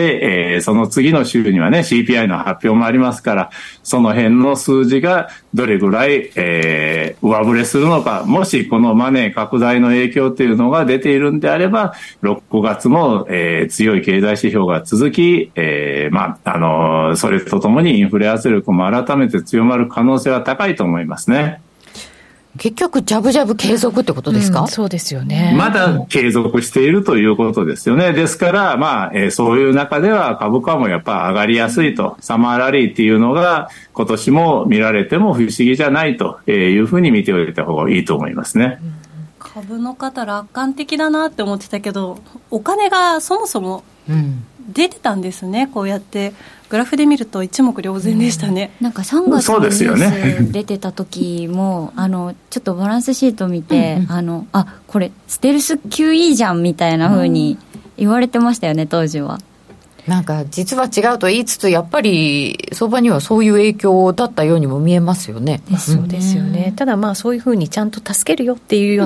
その次の週にはね CPI の発表もありますから、その辺の数字がどれぐらい、上振れするのか、もしこのマネー拡大の影響というのが出ているんであれば、6月も、強い経済指標が続き、それとともにインフレ圧力も改めて強まる可能性は高いと思いますね。 結局ジャブジャブ継続ってことですか？ そうですよね。 まだ継続しているということですよね。ですから、そういう中では株価もやっぱ上がりやすいと、サマーラリーっていうのが今年も見られても不思議じゃないというふうに見ておいた方がいいと思いますね。 株の方楽観的だなって思ってたけど、お金がそもそも出てたんですね。こうやってグラフで見ると一目瞭然でしたね。 なんか3月のニュース出てた時も、ちょっとバランスシート見て、これステルス QE じゃんみたいな風に言われてましたよね、当時は。 なんか実は違うと言いつつ、やっぱり相場にはそういう影響だったようにも見えますよね。 そうですよね。ただそういうふうにちゃんと助けるよっていうような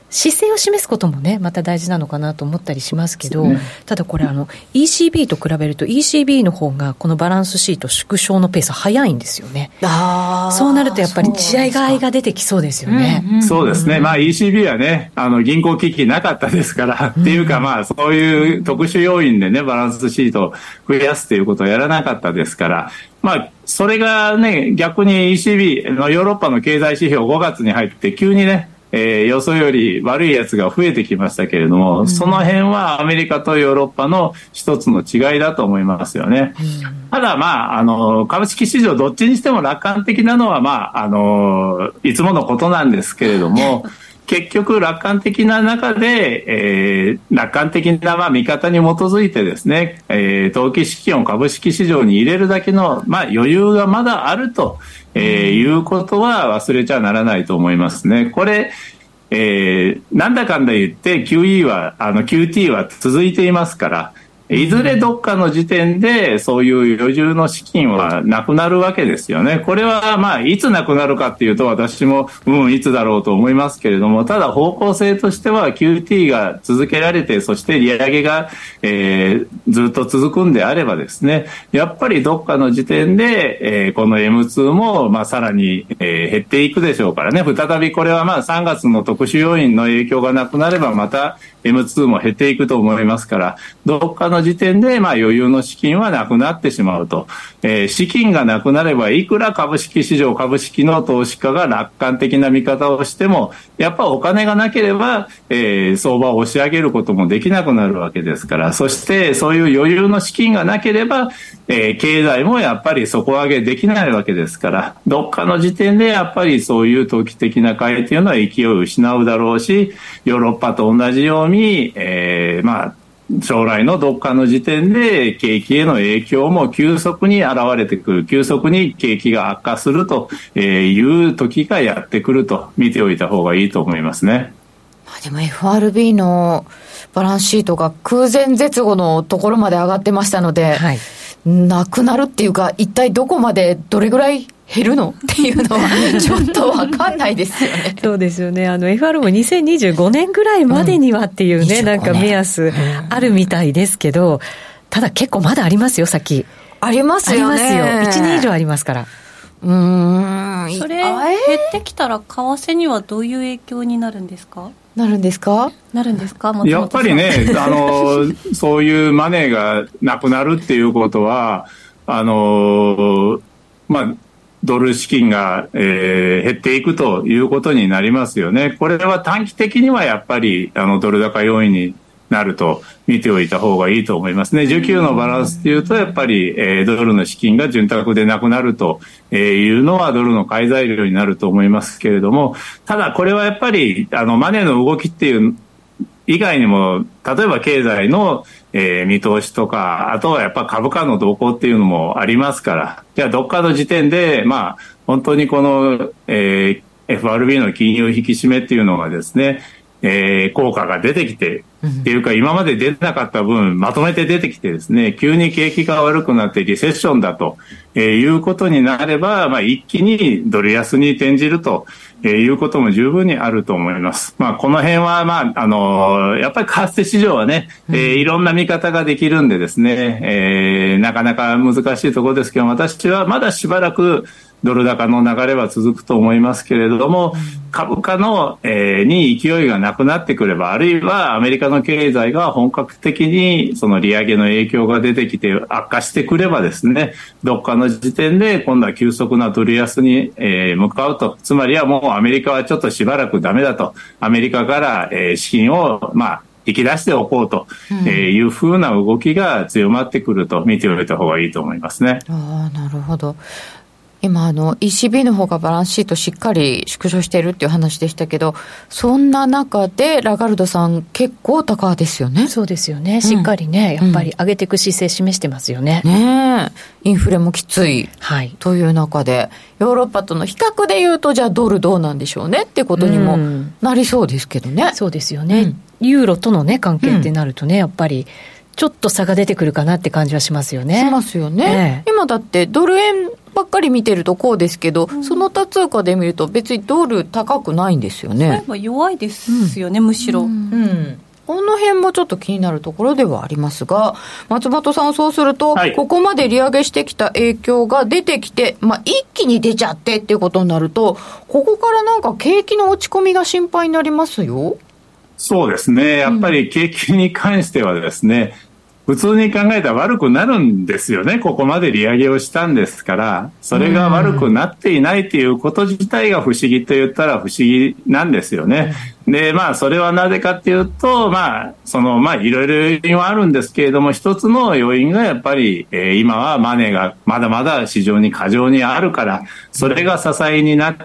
姿勢を示すこともねまた大事なのかなと思ったりしますけど、ただこれECB と比べると ECB の方がこのバランスシート縮小のペース早いんですよね。そうなるとやっぱり違いが出てきそうですよね。 そうですね、ECB はね銀行危機なかったですからっていうかそういう特殊要因でねバランスシートを増やすということをやらなかったですから、それがね逆に ECB のヨーロッパの経済指標5月に入って急にね予想より悪いやつが増えてきましたけれども、その辺はアメリカとヨーロッパの一つの違いだと思いますよね。ただ株式市場どっちにしても楽観的なのはいつものことなんですけれども結局楽観的な中で、楽観的な見方に基づいてですね、投機資金を株式市場に入れるだけの余裕がまだあると、いうことは忘れちゃならないと思いますね。これ、なんだかんだ言って QT は続いていますから、いずれどっかの時点でそういう余裕の資金はなくなるわけですよね。これはいつなくなるかっていうと私もいつだろうと思いますけれども、ただ方向性としては QT が続けられて、そして利上げが、ずっと続くんであればですね、やっぱりどっかの時点で、この M2 もさらに、減っていくでしょうからね。再びこれは3月の特殊要因の影響がなくなればまたM2 も減っていくと思いますから、どっかの時点で余裕の資金はなくなってしまうと、資金がなくなればいくら株式市場株式の投資家が楽観的な見方をしてもやっぱお金がなければ、相場を押し上げることもできなくなるわけですから、そしてそういう余裕の資金がなければ、経済もやっぱり底上げできないわけですから、どっかの時点でやっぱりそういう投機的な買いというのは勢いを失うだろうし、ヨーロッパと同じように、将来のどっかの時点で景気への影響も急速に現れてくる、急速に景気が悪化するという時がやってくると見ておいた方がいいと思いますね。 でも FRB のバランスシートが空前絶後のところまで上がってましたので、なくなるっていうか一体どこまでどれぐらい減るのっていうのはちょっと分かんないですよね。 そうですよね。FR も2025年ぐらいまでにはっていうね、なんか目安あるみたいですけど、ただ結構まだありますよ、先。 ありますよね。 ありますよ。1年以上ありますから。 それ減ってきたら為替にはどういう影響になるんですか？ なるんですかやっぱりねそういうマネーがなくなるっていうことはドル資金が、減っていくということになりますよね。これは短期的にはやっぱりドル高要因になると見ておいた方がいいと思いますね。需給のバランスというとやっぱり、ドルの資金が潤沢でなくなるというのはドルの買い材料になると思いますけれども、ただこれはやっぱりマネーの動きっていう以外にも例えば経済の、見通しとか、あとはやっぱ株価の動向っていうのもありますから、じゃあどっかの時点で本当にこの、FRB の金融引き締めっていうのがですね、効果が出てきてっていうか今まで出なかった分まとめて出てきてですね、急に景気が悪くなってリセッションだということになれば、一気にドル安に転じるということも十分にあると思います。この辺はやっぱり為替市場はね、いろんな見方ができるんでですね、なかなか難しいところですけど、私はまだしばらくドル高の流れは続くと思いますけれども、株価の、に勢いがなくなってくれば、あるいはアメリカの経済が本格的にその利上げの影響が出てきて悪化してくればですね、どっかの時点で今度は急速なドル安に、向かうと。つまりはもうアメリカはちょっとしばらくダメだと。アメリカから、資金を引き出しておこうというふうな動きが強まってくると見ておいた方がいいと思いますね。 なるほど。今ECB の方がバランスシートしっかり縮小しているっていう話でしたけど、そんな中でラガルドさん結構高ですよね。 そうですよね。しっかりね、やっぱり上げていく姿勢示してますよね。 インフレもきつい、という中でヨーロッパとの比較でいうと、じゃあドルどうなんでしょうねってことにもなりそうですけどね。 そうですよね。ユーロとのね関係ってなるとね、やっぱりちょっと差が出てくるかなって感じはしますよね。 しますよね。今だってドル円ばっかり見てるとこうですけど、その他通貨で見ると別にドル高くないんですよね。 弱いですよね、むしろ。 この辺もちょっと気になるところではありますが、松本さん、そうすると、ここまで利上げしてきた影響が出てきて、一気に出ちゃってっていうことになると、ここからなんか景気の落ち込みが心配になりますよ。 そうですね。やっぱり景気に関してはですね、普通に考えたら悪くなるんですよね。ここまで利上げをしたんですから、それが悪くなっていないということ自体が不思議と言ったら不思議なんですよね。で、それはなぜかっていうと、いろいろ要因はあるんですけれども、一つの要因がやっぱり、今はマネーがまだまだ市場に過剰にあるから、それが支えになって、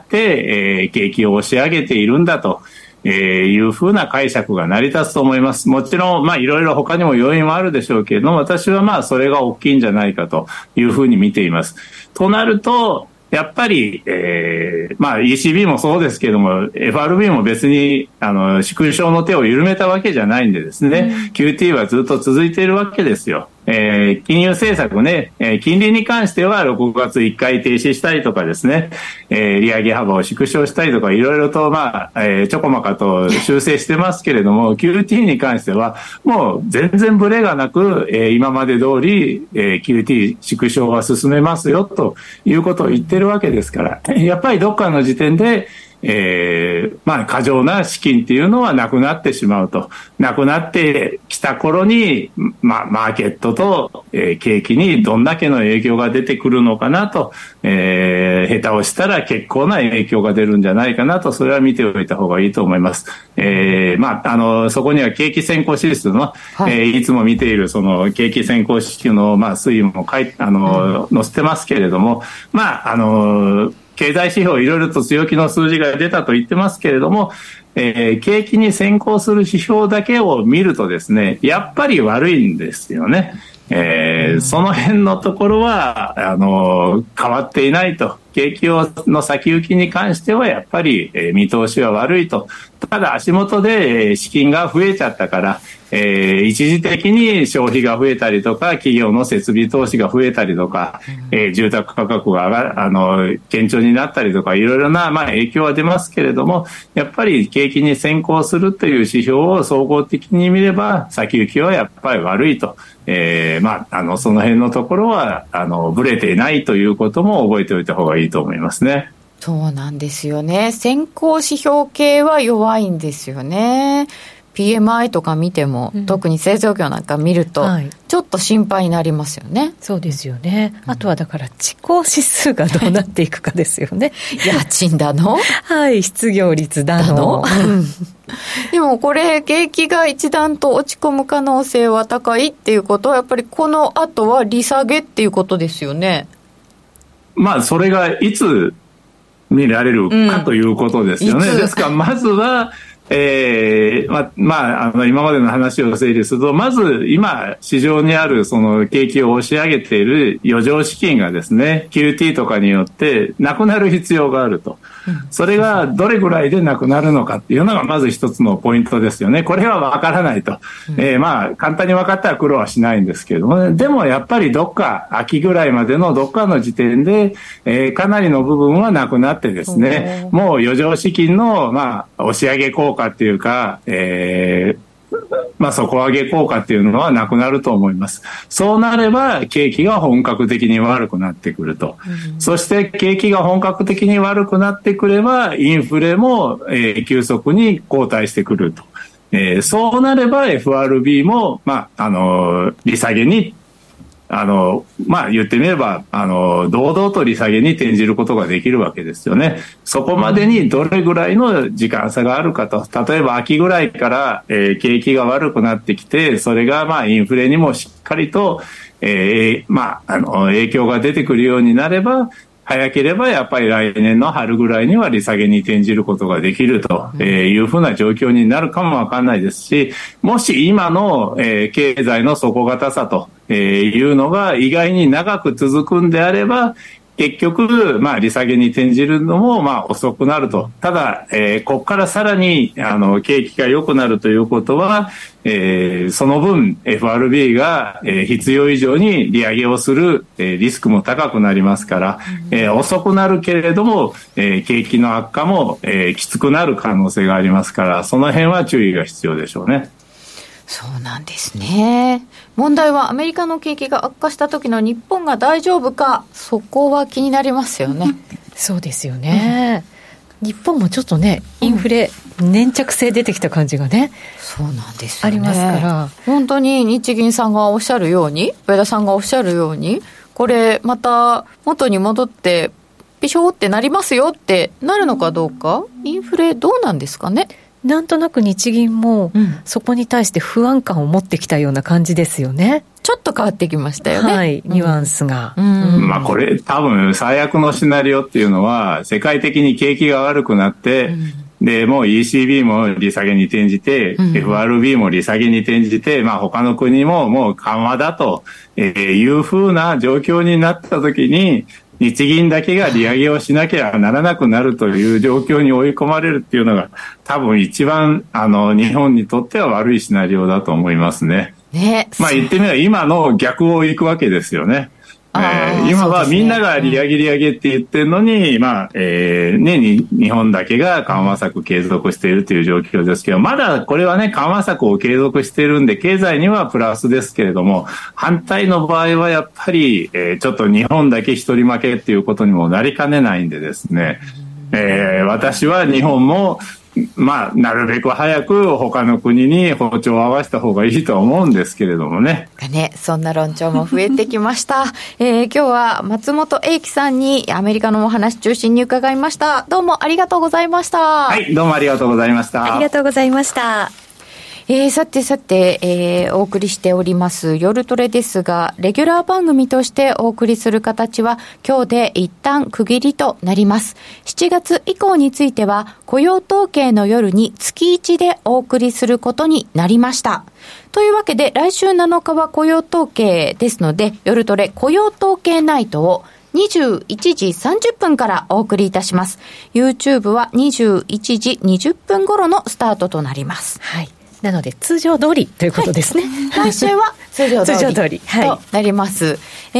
景気を押し上げているんだと。いうふうな解釈が成り立つと思います。もちろん、いろいろ他にも要因はあるでしょうけれども、私はそれが大きいんじゃないかというふうに見ています。となると、やっぱり、ECB もそうですけれども、FRB も別に、縮小の手を緩めたわけじゃないんでですね、QT はずっと続いているわけですよ。金融政策ね、金利に関しては6月1回停止したりとかですね、利上げ幅を縮小したりとかいろいろとちょこまかと修正してますけれども、QT に関してはもう全然ブレがなく、今まで通り、QT 縮小は進めますよということを言ってるわけですから、やっぱりどっかの時点で過剰な資金っていうのはなくなってしまうと。なくなってきた頃に、マーケットと、景気にどんだけの影響が出てくるのかなと、下手をしたら結構な影響が出るんじゃないかなと、それは見ておいた方がいいと思います。そこには景気先行指数の、いつも見ているその景気先行指数の、推移も載せてますけれども、経済指標いろいろと強気の数字が出たと言ってますけれども、景気に先行する指標だけを見るとですね、やっぱり悪いんですよね。その辺のところは変わっていないと。景気の先行きに関してはやっぱり、見通しは悪いと。ただ足元で資金が増えちゃったから、一時的に消費が増えたりとか、企業の設備投資が増えたりとか、住宅価格が堅調になったりとか、いろいろな影響は出ますけれども、やっぱり景気に先行するという指標を総合的に見れば先行きはやっぱり悪いと。その辺のところはブレていないということも覚えておいた方がいいと思いますね。 そうなんですよね。先行指標系は弱いんですよね。PMI とか見ても、特に製造業なんか見ると、ちょっと心配になりますよね。 そうですよね。あとはだから地効指数がどうなっていくかですよね。 家賃だの失業率だのでもこれ景気が一段と落ち込む可能性は高いっていうことは、やっぱりこの後は利下げっていうことですよね。 それがいつ見られるかということですよね。ですからまずは今までの話を整理すると、まず今市場にあるその景気を押し上げている余剰資金がですね、 QT とかによってなくなる必要があると。それがどれぐらいでなくなるのかっていうのがまず一つのポイントですよね。これは分からないと、簡単に分かったら苦労はしないんですけれども、ね、でもやっぱりどっか秋ぐらいまでのどっかの時点で、かなりの部分はなくなってですね、もう余剰資金の押し上げ効果っていうか、底上げ効果っていうのはなくなると思います。そうなれば景気が本格的に悪くなってくると、そして景気が本格的に悪くなってくればインフレも、急速に後退してくると、そうなれば FRB も、利下げに言ってみれば堂々と利下げに転じることができるわけですよね。そこまでにどれぐらいの時間差があるかと。例えば秋ぐらいから、景気が悪くなってきて、それがインフレにもしっかりと、影響が出てくるようになれば、早ければやっぱり来年の春ぐらいには利下げに転じることができるというふうな状況になるかもわかんないですし、もし今の経済の底堅さというのが意外に長く続くんであれば、 結局、利下げに転じるのも、遅くなると。ただ、ここからさらに、景気が良くなるということは、その分、FRB が、必要以上に利上げをする、リスクも高くなりますから、遅くなるけれども、景気の悪化も、きつくなる可能性がありますから、その辺は注意が必要でしょうね。 そうなんですね。問題はアメリカの景気が悪化した時の日本が大丈夫か、そこは気になりますよね。 そうですよね、日本もちょっとねインフレ、粘着性出てきた感じがね、 そうなんですよね、 ありますから、 本当に日銀さんがおっしゃるように、上田さんがおっしゃるように、これまた元に戻ってピショーってなりますよってなるのかどうか、インフレどうなんですかね。 なんとなく日銀もそこに対して不安感を持ってきたような感じですよね。 ちょっと変わってきましたよね、 はい、ニュアンスが、 これ多分最悪のシナリオっていうのは、世界的に景気が悪くなって、でもう ECB も利下げに転じて、FRB も利下げに転じて、他の国ももう緩和だというふうな状況になった時に、日銀だけが利上げをしなきゃならなくなるという状況に追い込まれるっていうのが、多分一番日本にとっては悪いシナリオだと思いますね。言ってみれば今の逆を行くわけですよね。今はみんなが利上げって言ってるのに、日本だけが緩和策継続しているという状況ですけど、まだこれはね、緩和策を継続しているんで、経済にはプラスですけれども、反対の場合はやっぱり、ちょっと日本だけ一人負けっていうことにもなりかねないんでですね、私は日本もなるべく早く他の国に歩調を合わせた方がいいと思うんですけれどもね。 そんな論調も増えてきました、今日は松本英樹さんにアメリカのお話中心に伺いました。どうもありがとうございました。 はい、どうもありがとうございました。 ありがとうございました。 さて、お送りしております夜トレですが、レギュラー番組としてお送りする形は今日で一旦区切りとなります。7月以降については雇用統計の夜に月1でお送りすることになりました。というわけで来週7日は雇用統計ですので、夜トレ雇用統計ナイトを21時30分からお送りいたします。 YouTube は21時20分頃のスタートとなります。 はい、なので通常通りということですね、 来週は通常通りとなります、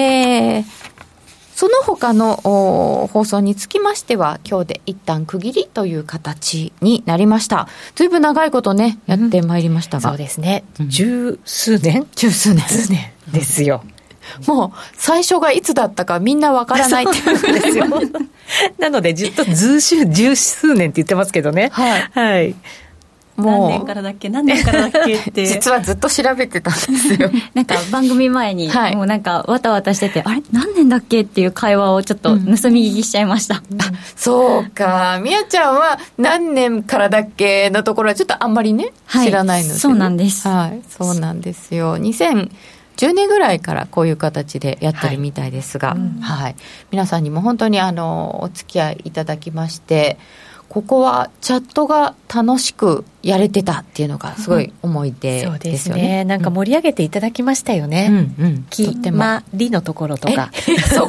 その他の放送につきましては今日で一旦区切りという形になりました。ずいぶん長いことねやってまいりましたが、 そうですね、十数年ですよ。 もう最初がいつだったかみんなわからないっていうんですよなのでずっと十数年って言ってますけどね。はい、 もう何年からだっけって実はずっと調べてたんですよなんか番組前に、もうなんかわたわたしてて、あれ何年だっけっていう会話をちょっと盗み聞きしちゃいました、 そうか、みやちゃんは何年からだっけのところはちょっとあんまりね、知らないので、 そうなんです、 そうなんですよ。2010年ぐらいからこういう形でやってるみたいですが、皆さんにも本当にお付き合いいただきまして、ここはチャットが楽しくやれてたっていうのがすごい思い出ですよね、 そうですね、なんか盛り上げていただきましたよね、決まりのところとかそこ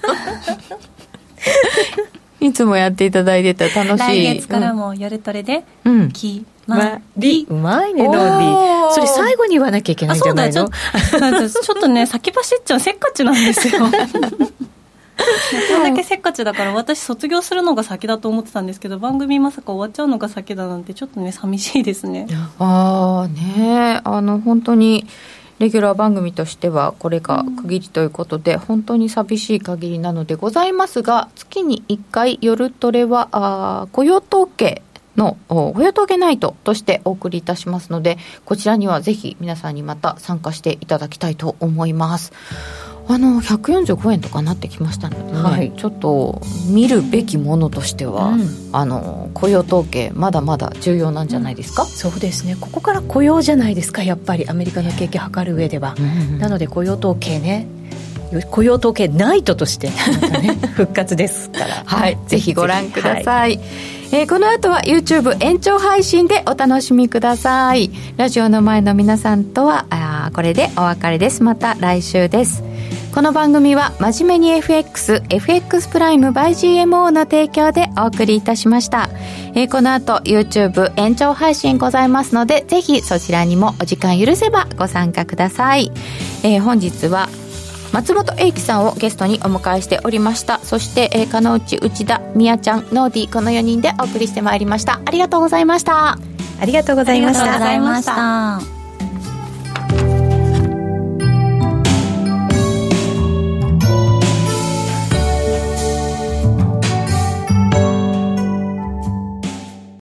いつもやっていただいてた楽しい。 来月からも夜トレで、決まり、うまいねノーディー。それ最後に言わなきゃいけないんじゃないの？ ちょっとね先走っちゃうせっかちなんですよこんだけせっかちだから私卒業するのが先だと思ってたんですけど、番組まさか終わっちゃうのが先だなんてちょっとね寂しいですね。 本当にレギュラー番組としてはこれが区切りということで、本当に寂しい限りなのでございますが、月に1回夜トレは雇用統計の雇用統計ナイトとしてお送りいたしますので、こちらにはぜひ皆さんにまた参加していただきたいと思います。145円とかなってきましたので、ちょっと見るべきものとしては、雇用統計まだまだ重要なんじゃないですか。 そうですね、ここから雇用じゃないですか、やっぱりアメリカの景気測る上では、なので雇用統計ね、雇用統計ナイトとしてまた、復活ですから、 ぜひご覧ください。 この後は YouTube 延長配信でお楽しみください。ラジオの前の皆さんとはこれでお別れです。また来週です。この番組は真面目に FX プライム by GMO の提供でお送りいたしました。この後 YouTube 延長配信ございますので、ぜひそちらにもお時間許せばご参加ください。本日は松本英樹さんをゲストにお迎えしておりました。そして、加納内、内田、宮ちゃん、ノーディ、この4人でお送りしてまいりました。ありがとうございました。 ありがとうございました。 ありがとうございました。